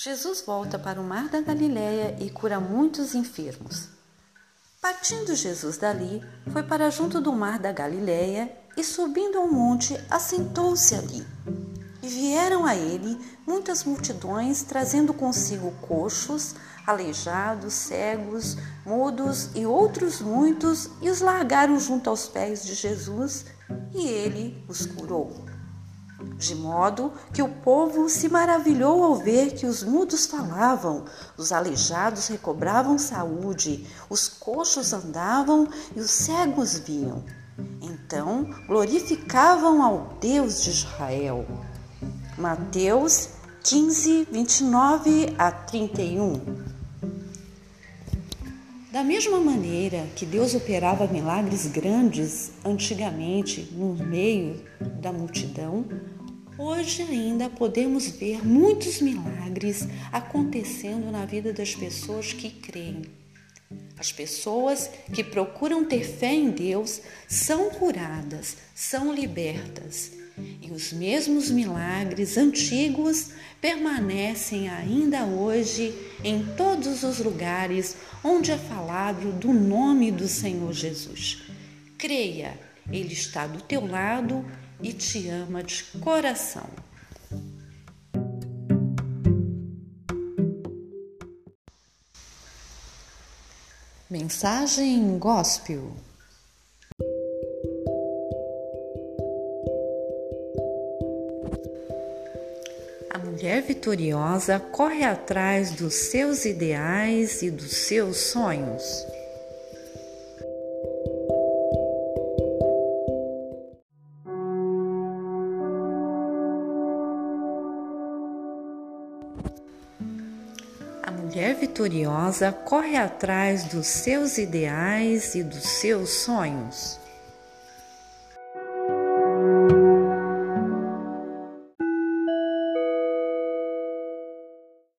Jesus volta para o mar da Galileia e cura muitos enfermos. Partindo Jesus dali, foi para junto do mar da Galileia e, subindo ao monte, assentou-se ali. E vieram a ele muitas multidões, trazendo consigo coxos, aleijados, cegos, mudos e outros muitos, e os largaram junto aos pés de Jesus, e ele os curou. De modo que o povo se maravilhou ao ver que os mudos falavam, os aleijados recobravam saúde, os coxos andavam e os cegos viam. Então glorificavam ao Deus de Israel. Mateus 15, 29 a 31. Da mesma maneira que Deus operava milagres grandes antigamente no meio da multidão, hoje ainda podemos ver muitos milagres acontecendo na vida das pessoas que creem. As pessoas que procuram ter fé em Deus são curadas, são libertas. E os mesmos milagres antigos permanecem ainda hoje em todos os lugares onde é falado do nome do Senhor Jesus. Creia, Ele está do teu lado e te ama de coração. Mensagem Gospel. A mulher vitoriosa corre atrás dos seus ideais e dos seus sonhos. A mulher vitoriosa corre atrás dos seus ideais e dos seus sonhos.